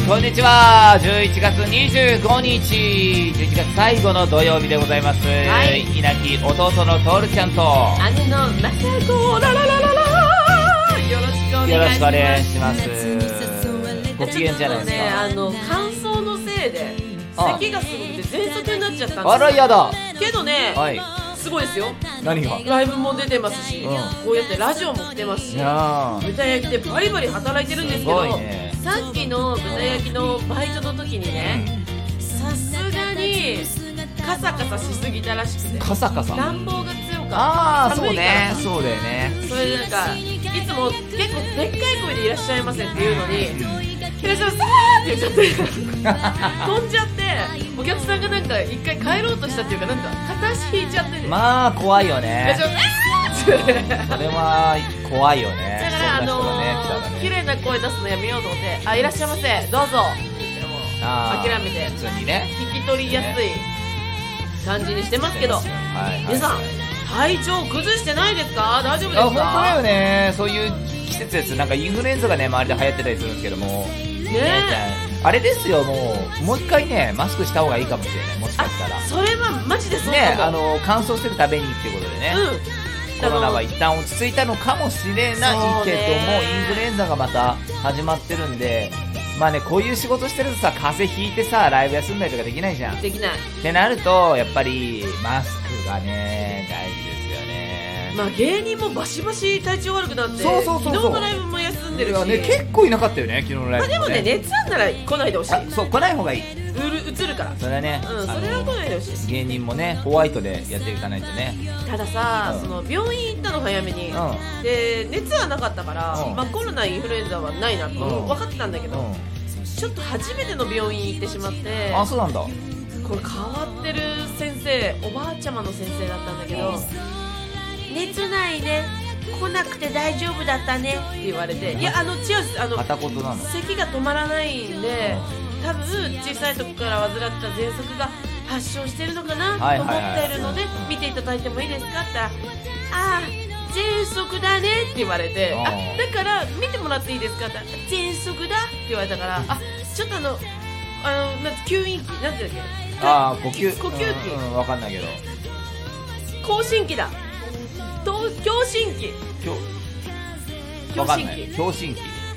こんにちは。11月25日、11月最後の土曜日でございます。 はい、 稲木弟のトールちゃんと姉のまさこラララララ、よろしくお願いします。 ご機嫌じゃないですか。 乾燥のせいで咳がすごくて喘息になっちゃったんですよ。 あらやだ。 けどね、 はい、 すごいですよ。 何が？ ライブも出てますし、こうやってラジオも来てますし、豚焼きでバリバリ働いてるんですけど、 ね、 さっきの豚焼きのバイトの時にね、さすがにカサカサしすぎたらしくて、 カサカサ暖房が強かった。 ああ、そう寒いからね、そうだよね。 それでなんかいつも結構でっかい声でいらっしゃいませって言うのに、いらっしゃいませって言っちゃって飛んじゃって、お客さんがなんか一回帰ろうとしたっていうか、なんか片足引いちゃってね。 まあ怖いよね。それは怖いよね。 だから綺麗な声出すのやめようと思って、あ、いらっしゃいませ、どうぞって言っても諦めて普通にね、 聞き取りやすい感じにしてますけど、皆さん体調崩してないですか？大丈夫ですか？ 本当だよね。そういう季節です。なんかインフルエンザがね、周りで流行ってたりするんですけどもね、あれですよ、もう一回ね、マスクした方がいいかもしれない。もしかしたらそれはマジでそうね、 かも。 乾燥してるためにっていうことでね、コロナは一旦落ち着いたのかもしれないけども、インフルエンザがまた始まってるんで、まあね、こういう仕事してるとさ、風邪ひいてさ、ライブ休んだりとかできないじゃん。 できないってなると、やっぱりマスクがね、大事ですよね。 まあ芸人もバシバシ体調悪くなって、 そう昨日のライブも休んでるし、 ね、結構いなかったよね、昨日のライブも、ね。 まあでもね、熱あんなら来ないでほしい。 そう、来ない方がいい。 うつるから。 それはね、 それは来ないでほしい。 芸人もね、ホワイトでやっていかないとね。 たださ、その病院行ったの早めに、で熱はなかったから、まあコロナインフルエンザはないなと分かってたんだけど、ちょっと初めての病院行ってしまって。 あ、そうなんだ。 これ変わってる先生、おばあちゃまの先生だったんだけど、熱ないね、来なくて大丈夫だったねって言われて、いや違う、 片言なの。 咳が止まらないんで、多分小さい時から患った喘息が発症してるのかなと思っているので、見ていただいてもいいですかって言ったら、あー喘息だねって言われて、あ、だから見てもらっていいですかって言ったら、喘息だって言われたから、あ、ちょっと吸引器なんていうんだっけ、 あー、呼吸器、わかんないけど、 聴診器だ、聴診器、 わかんない。聴診器、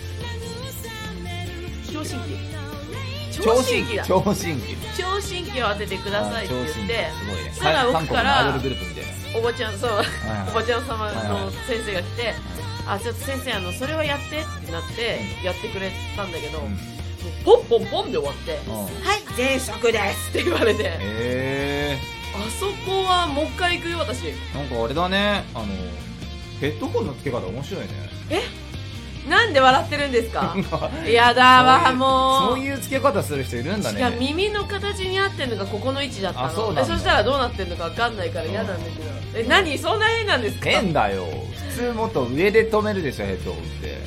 聴診器を当ててくださいって言って、そしたら奥からおばちゃん、そう、おばちゃん様の先生が来て、あ、ちょっと先生、それはやってってなってやってくれたんだけど、ポンポンポンで終わって、はい、喘息ですって言われて、あそこはもう一回行くよ私。 なんかあれだね、ヘッドホンの付け方面白いね。 なんで笑ってるんですか？やだわ、もうそういう付け方する人いるんだね。 違う、耳の形に合ってるのがここの位置だったの。そしたらどうなってるのか分かんないから嫌なんだけど。何そんな変なんですか？ 変だよ、普通もっと上で止めるでしょ、ヘッドホンって。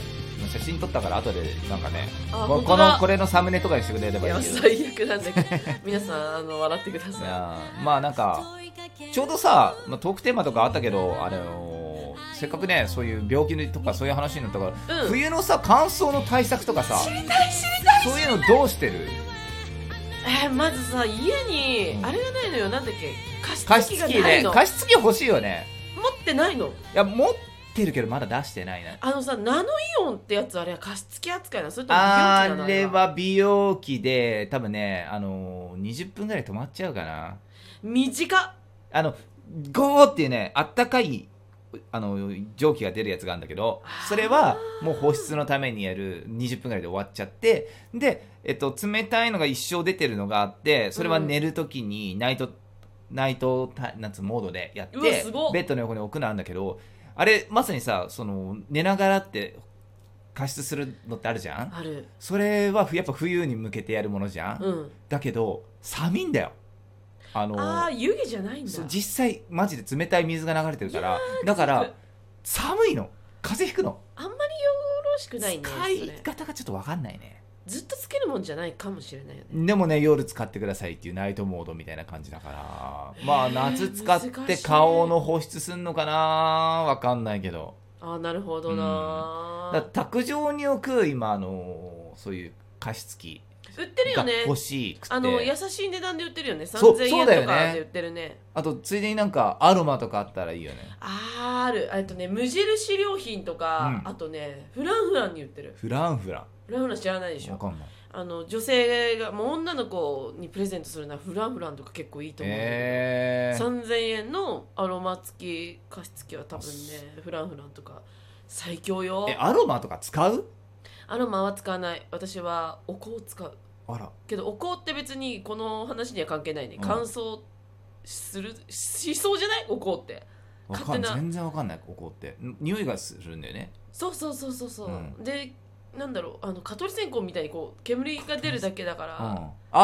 写真撮ったから後でなんかね、これのサムネとかにしてくれればいいけど。 いや最悪なんだけど皆さん笑ってください。 まあなんかちょうどさ、トークテーマとかあったけど、せっかくね、そういう病気とかそういう話になったから、冬のさ、乾燥の対策とかさ、 知りたいそういうのどうしてる？ まずさ、家にあれがないのよ、なんだっけ、加湿器がないの。 加湿器欲しいよね。 持ってないの？いや、持ってるけどまだ出してないな。 ナノイオンってやつ、あれは加湿器扱いなの？それとも美容器なの？ あれは美容器で、多分ね、20分ぐらい止まっちゃうかな。 短っ。 ゴーっていうね、あったかい蒸気が出るやつがあるんだけど、それはもう保湿のためにやる20分ぐらいで終わっちゃって、で、冷たいのが一生出てるのがあって、それは寝るときにナイトなんつうモードでやって、ベッドの横に置くのあるんだけど、あれまさにさ、寝ながらって加湿するのってあるじゃん。 ある。 それはやっぱ冬に向けてやるものじゃん、だけど寒いんだよ。 湯気じゃないんだ。 実際マジで冷たい水が流れてるから、だから寒いの、風邪ひくの。 あんまりよろしくないね。 使い方がちょっと分かんないね。 ずっとつけるもんじゃないかもしれないよね。 でもね、夜使ってくださいっていうナイトモードみたいな感じだから、まあ夏使って顔の保湿すんのかな、分かんないけど。 なるほどな。 だ卓上に置く今そういう加湿器売ってるよね。 欲しくて、 優しい値段で売ってるよね。3000円とかで売ってるね。 あとついでになんかアロマとかあったらいいよね。 ある。無印良品とか、あとねフランフランに売ってる。 フランフラン知らないでしょ。 わかんない。 女性がもう女の子にプレゼントするのはフランフランとか結構いいと思う。3000円のアロマ付き加湿器は多分ねフランフランとか最強よ。 アロマとか使う？ アロマは使わない。私はお香を使う。 あら。 けどお香って別にこの話には関係ないね。乾燥しそうじゃない？お香って全然わかんない。お香って匂いがするんだよね。 そう、でなんだろう、蚊取り線香みたいにこう煙が出るだけだから、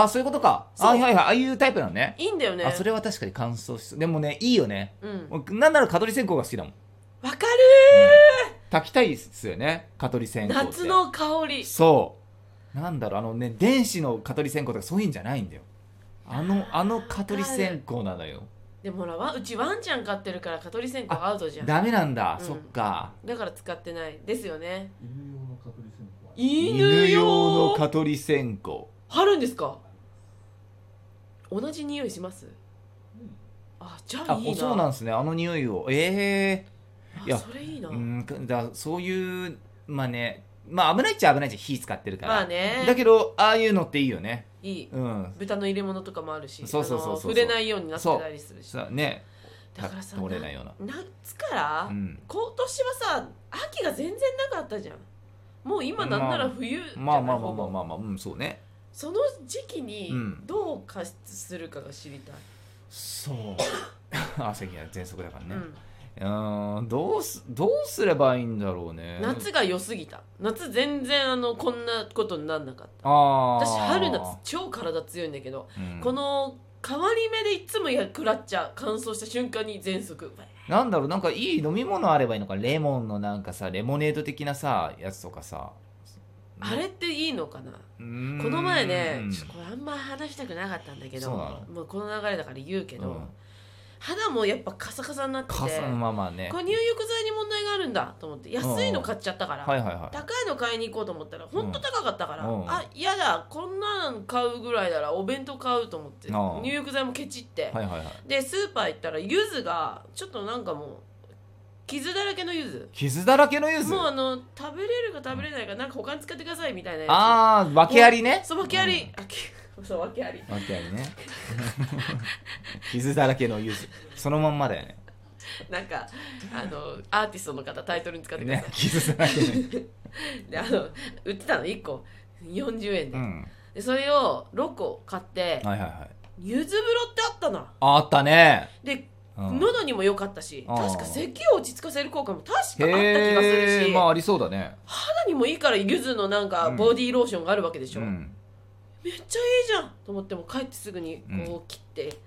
そういうことか。はいはいはい、ああいうタイプなのね。 いいんだよね。 それは確かに乾燥しそう。でもね、いいよね。なんなら蚊取り線香が好きだもん。 わかるー、炊きたいっすよね、蚊取り線香って。 夏の香り。 そうなんだろう、電子の蚊取り線香とかそういうんじゃないんだよ。蚊取り線香なのよ。 でもほらうちワンちゃん飼ってるから蚊取り線香アウトじゃん。 ダメなんだ、そっか。 だから使ってないですよね。 犬用の蚊取り線香あるんですか？同じ匂いします？じゃあいいな。 そうなんですね、匂いを。いやそれいいな。 そういう危ないっちゃ危ないじゃん、火使ってるから。 ね。 だけどああいうのっていいよね。 いい。豚の入れ物とかもあるし、 そう触れないようになってたりするし。 ね。 だからさ、 取れないような。 夏から、今年はさ、秋が全然なかったじゃん。もう今なんなら冬じゃない。 そうね。 その時期にどう加湿するかが知りたい。 そう。最近は喘息だからね。どうすればいいんだろうね。 夏が良すぎた。夏全然こんなことになんなかった。私春夏超体強いんだけど、この変わり目でいつも食らっちゃう。乾燥した瞬間に喘息。 なんだろう、なんかいい飲み物あればいいのか。レモンのなんかさ、レモネード的なさやつとかさ、 あれっていいのかな。この前ね、これあんま話したくなかったんだけど、もうこの流れだから言うけど、肌もやっぱカサカサになってて、これ入浴剤に問題があるんだと思って安いの買っちゃったから、高いの買いに行こうと思ったら本当高かったから、嫌だ、こんなん買うぐらいならお弁当買うと思って入浴剤もケチって、でスーパー行ったら柚子がちょっとなんかもう傷だらけの柚子。 傷だらけの柚子。 もう食べれるか食べれないかなんか他に使ってくださいみたいなやつ。 訳ありね。 そう、訳あり。そう、訳あり。 訳ありね。傷だらけの柚子。そのまんまだよね。 なんかアーティストの方タイトルに使ってください。 傷だらけの柚子。 で売ってたの1個40円で。でそれを6個買って。柚子風呂ってあったな。 あったね。 で喉にも良かったし、確か咳を落ち着かせる効果も確かあった気がするし、 ありそうだね。 肌にもいいから柚子のなんかボディーローションがあるわけでしょ。めっちゃいいじゃんと思っても帰ってすぐにこう切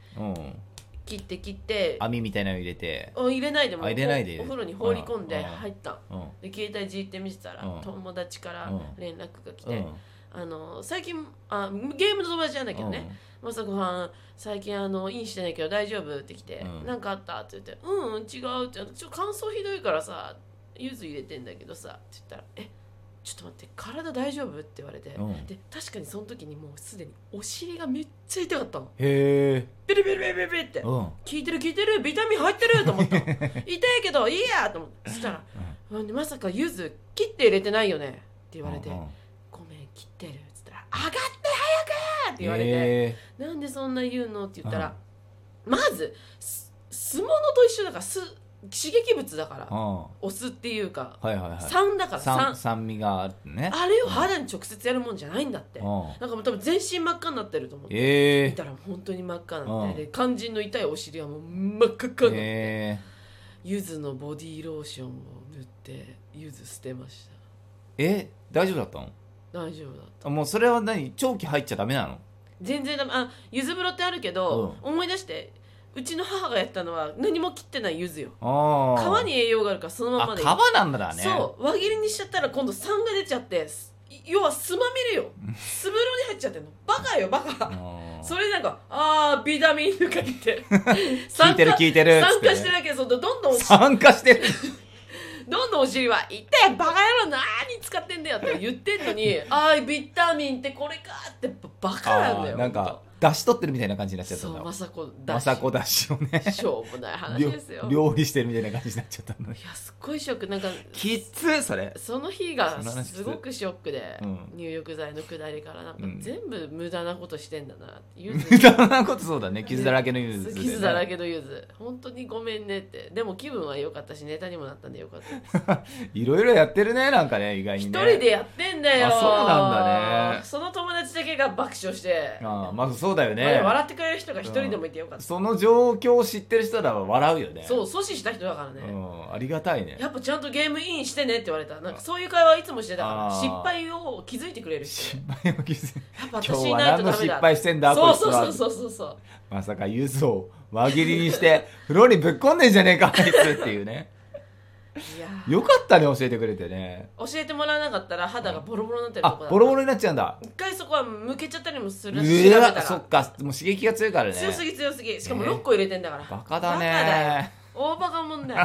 って網みたいなの入れて、 入れないでもお風呂に放り込んで入った。で携帯じって見てたら友達から連絡が来て、最近ゲームの友達なんだけどね、まさこはん最近インしてないけど大丈夫って来て、なんかあったって言って、違うって、ちょっと乾燥ひどいからさ柚子入れてんだけどさって言ったら、ちょっと待って、体大丈夫って言われて、で確かにその時にもうすでにお尻がめっちゃ痛かったの。ビリビリビリビリって、効いてるビタミン入ってると思った痛いけどいいやと思って、そしたら、まさか柚子切って入れてないよねって言われて、ごめん切ってるって言ったら、上がって早くって言われて、なんでそんな言うのって言ったら、まず酢物と一緒だから、刺激物だから、お酢っていうか、酸だから酸味があるね。 あれを肌に直接やるもんじゃないんだって。なんかもう多分全身真っ赤になってると思って、見たら本当に真っ赤になって、肝心の痛いお尻はもう真っ赤っかになって、柚子のボディーローションを塗って柚子捨てました。 大丈夫だったの？ 大丈夫だった。 もうそれは長期入っちゃダメなの？ 全然ダメ。柚子風呂ってあるけど、思い出して、うちの母がやったのは何も切ってない柚子よ。皮に栄養があるからそのままでいい。 皮なんだね。 そう、輪切りにしちゃったら今度酸が出ちゃって、要は酢まみれよ。酢風呂に入っちゃってんの。バカよバカ。それでなんかビタミンとか言って効いてる酸化してるわけで、どんどん酸化してるどんどんお尻は「痛いバカ野郎何使ってんだよ」って言ってんのに「あービタミンってこれか」ってバカなんだよ。 なんか出し取ってるみたいな感じになっちゃったんだ。 そう雅子出しをねしょうもない話ですよ。 料理してるみたいな感じになっちゃったの。 いやすっごいショック。なんかきつそれ。 その日がすごくショックで、 うん、 入浴剤の下りからなんか全部無駄なことしてんだなって。 無駄なことそうだね。傷だらけのゆず、ね、 傷だらけのゆず本当にごめんねって。でも気分は良かったしネタにもなったんで良かったです。 いろいろやってるねなんかね意外にね。 一人でやってんだよ。 そうなんだね。 その友達だけが爆笑して。 まあそうだよね。 笑ってくれる人が一人でもいてよかった。 その状況を知ってる人らは笑うよね。 そう阻止した人だからね。 ありがたいね。 やっぱちゃんとゲームインしてねって言われた。なんかそういう会話いつもしてたから失敗を気づいてくれる人。 失敗を気づいて。 やっぱ私いないとダメだ。今日は何の失敗してんだ。 そうまさか柚子を輪切りにして風呂にぶっ込んでんじゃねえかあいつっていうね。いやよかったね教えてくれてね。 教えてもらわなかったら肌がボロボロになってるとこだった。 ボロボロになっちゃうんだ。 一回そこは向けちゃったりもするし、調べたらそっかもう刺激が強いからね。 強すぎしかも6個入れてんだから、 バカだね。 大バカもんだよ。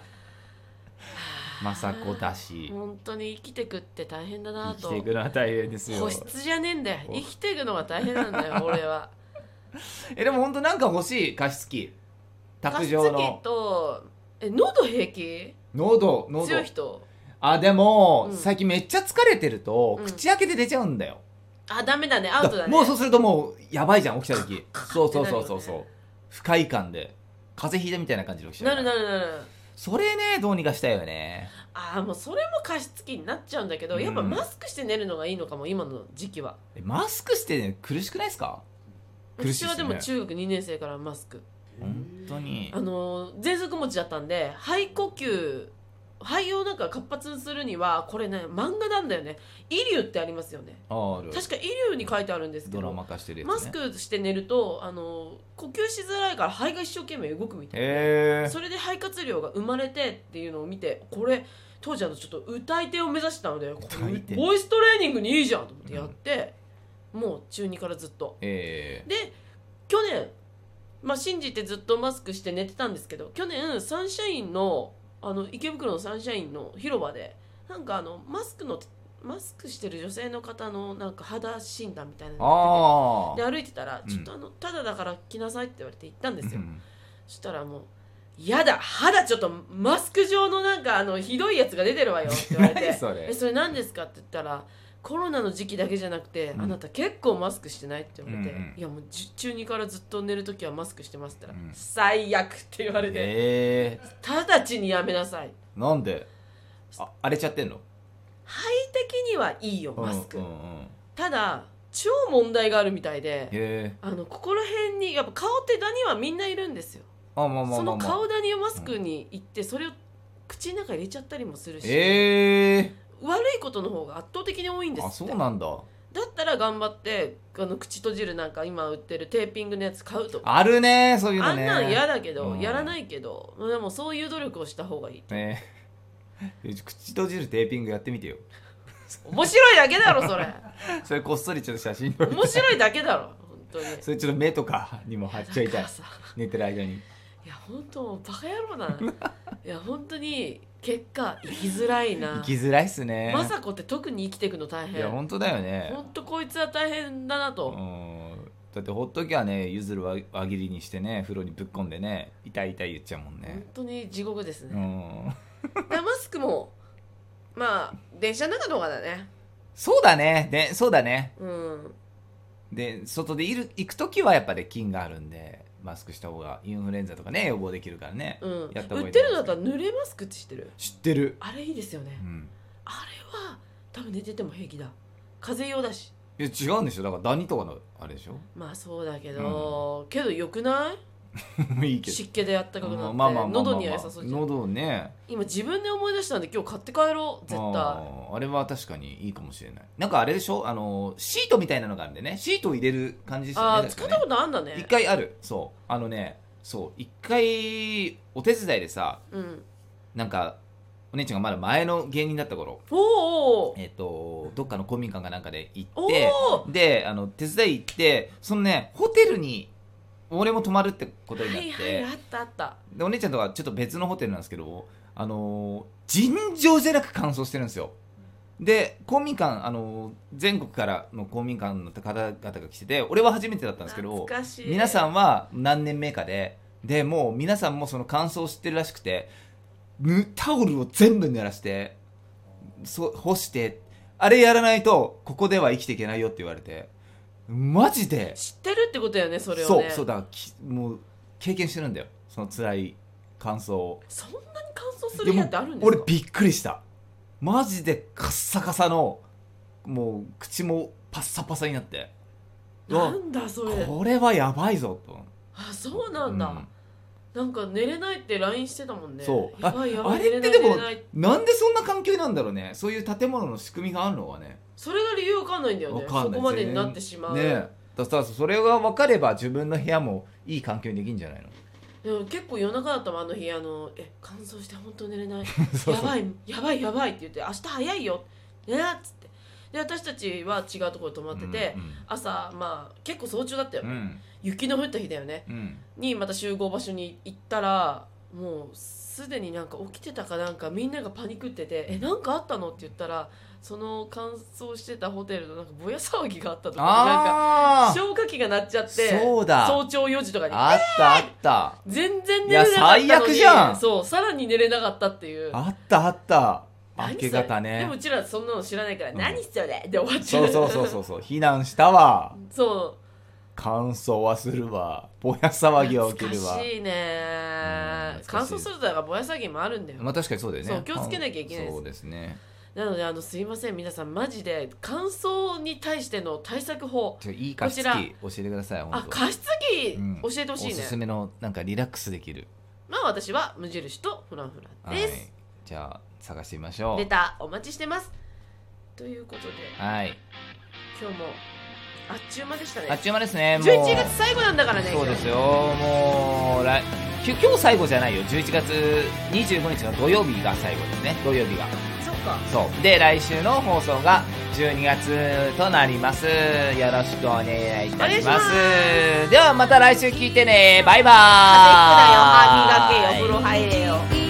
雅子だし本当に生きてくって大変だなと。 生きていくのは大変ですよ。 保湿じゃねえんだよ。生きていくのが大変なんだよ俺は。 でも本当なんか欲しい加湿器。卓上の加湿器と喉平気？ 喉強い人。 でも、最近めっちゃ疲れてると、口開けて出ちゃうんだよ。 ダメだね、アウトだね。 もうそうするともうやばいじゃん起きた時。そう不快感で風邪ひいたみたいな感じで起きちゃう。なる。それねどうにかしたいよね。 もうそれも加湿器になっちゃうんだけど、やっぱマスクして寝るのがいいのかも今の時期は。 マスクして、ね、苦しくないですか？ 私はでも中学2年生からマスク。 本当に喘息持ちだったんで肺をなんか活発にするにはこれね漫画なんだよね。イリュウってありますよね。確かイリュウに書いてあるんですけど、 ドラマ化してるやつね。 マスクして寝ると呼吸しづらいから肺が一生懸命動くみたいな、それで肺活量が生まれてっていうのを見て、これ当時ちょっと歌い手を目指してたので、これボイストレーニングにいいじゃんと思ってやって、もう中2からずっと、で去年信じてずっとマスクして寝てたんですけど、去年サンシャインの池袋のサンシャインの広場でなんかマスクしてる女性の方のなんか肌診断みたいなので歩いてたら、ちょっとただだから来なさいって言われて行ったんですよ。そしたらもうやだ肌ちょっとマスク状のなんかひどいやつが出てるわよって言われてそれ何ですかって言ったら、コロナの時期だけじゃなくて、あなた結構マスクしてないって言われて、いやもう中2からずっと寝るときはマスクしてますって言ったら、最悪って言われて、直ちにやめなさい。なんで荒れちゃってんの？ 肺的にはいいよマスク、ただ超問題があるみたいで、ここら辺にやっぱ顔ってダニはみんないるんですよ。その顔ダニをマスクに行って、それを口の中入れちゃったりもするし、悪いことの方が圧倒的に多いんですって。 そうなんだ。 だったら頑張って口閉じるなんか今売ってるテーピングのやつ買うとかあるね、そういうのね。 あんなん嫌だけど、やらないけど、でもそういう努力をした方がいい。 口閉じるテーピングやってみてよ。 面白いだけだろそれ。 それこっそりちょっと写真面白いだけだろ本当に。 それちょっと目とかにも貼っちゃいたい、寝てる間に。 いや本当バカ野郎だな。いや本当に結果生きづらいな。 生きづらいっすね。 雅子って特に生きていくの大変。 いや本当だよね。 本当こいつは大変だなと。 だってほっときはね、ゆずる輪切りにしてね、風呂にぶっ込んでね、痛い痛い言っちゃうもんね。 本当に地獄ですね。マスクも電車の中の方がだね。 そうだね。そうだね。で外で行くときはやっぱり菌があるんで、マスクした方がインフルエンザとかね予防できるからね、 やった方がいい。売ってるのだったら濡れマスクって知ってる？ 知ってる。 あれいいですよね、あれは多分寝てても平気だ。風邪用だし。 いや違うんでしょ、だからダニとかのあれでしょ。 そうだけど、けどよくない？いいけど湿気であったかくなって喉には良さそうじゃん。喉ね。今自分で思い出したんで今日買って帰ろう絶対。 あれは確かにいいかもしれない。なんかあれでしょ、シートみたいなのがあるんでね、シートを入れる感じですよね。 使ったことあんだね。 一回ある。そう一回お手伝いでさ、なんかお姉ちゃんがまだ前の芸人だった頃、どっかの公民館かなんかで行って、で手伝い行って、そのねホテルに俺も泊まるってことになって、 あったあった。 でお姉ちゃんとはちょっと別のホテルなんですけど、 尋常じゃなく乾燥してるんですよ。で公民館全国からの公民館の方々が来てて、俺は初めてだったんですけど、皆さんは何年目かでもう皆さんもその乾燥してるらしくて、タオルを全部濡らして干して、あれやらないとここでは生きていけないよって言われて、マジで知ってるってことだよね、それをね。 そうだからもう経験してるんだよ、その辛い乾燥を。 そんなに乾燥する部屋ってあるんですか？ 俺びっくりした。マジでカッサカサの、もう口もパッサパサになって、 なんだそれ、 これはやばいぞと。 あ、そうなんだ、なんか寝れないって LINE してたもんね。 そうやばいやばい、 あれってでもなんでそんな環境なんだろうね。そういう建物の仕組みがあるのはね、 それが理由わかんないんだよね。そこまでになってしまうね。だからそれが分かれば自分の部屋もいい環境にできるんじゃないの。 でも結構夜中だったもん、あの日乾燥して本当寝れないやばいやばいやばいって言って、明日早いよねっつって、で私たちは違うところに泊まってて、朝まあ結構早朝だったよ、雪の降った日だよね、にまた集合場所に行ったら、もうすでになんか起きてたかなんかみんながパニクってて、なんかあったのって言ったら、その乾燥してたホテルのなんかぼや騒ぎがあったとか、なんか消火器が鳴っちゃって、 そうだ、 早朝4時とかにあった全然寝れなかったのに、 最悪じゃん。 そう、さらに寝れなかったっていう。 あった明け方ね。 でもうちらそんなの知らないから、何それで終わっちゃう。 そう避難したわ。 そう、 乾燥はするわ、ぼや騒ぎは起きるわ。 難しいね、乾燥するとだからぼや騒ぎもあるんだよ。 まあ確かにそうだよね。 そう、気をつけなきゃいけないです。 そうですね。 なのですいません皆さん、マジで乾燥に対しての対策法、 いい加湿器教えてください。 あ、加湿器教えてほしいね。 おすすめのなんかリラックスできる。 まあ私は無印とフランフランです、 じゃあ探してみましょう。 レターお待ちしてます。ということで、今日もあっちゅう間でしたね。 あっちゅう間ですね。もう 11月最後なんだからね。 そうですよ。もう今日最後じゃないよ。11月25日の土曜日が最後ですね。土曜日が。 そっか。 そうで、来週の放送が12月となります。よろしくお願いいたします。ではまた来週聞いてね。バイバーイ。 風邪ひくなよ、歯磨けよ、お風呂入れよ。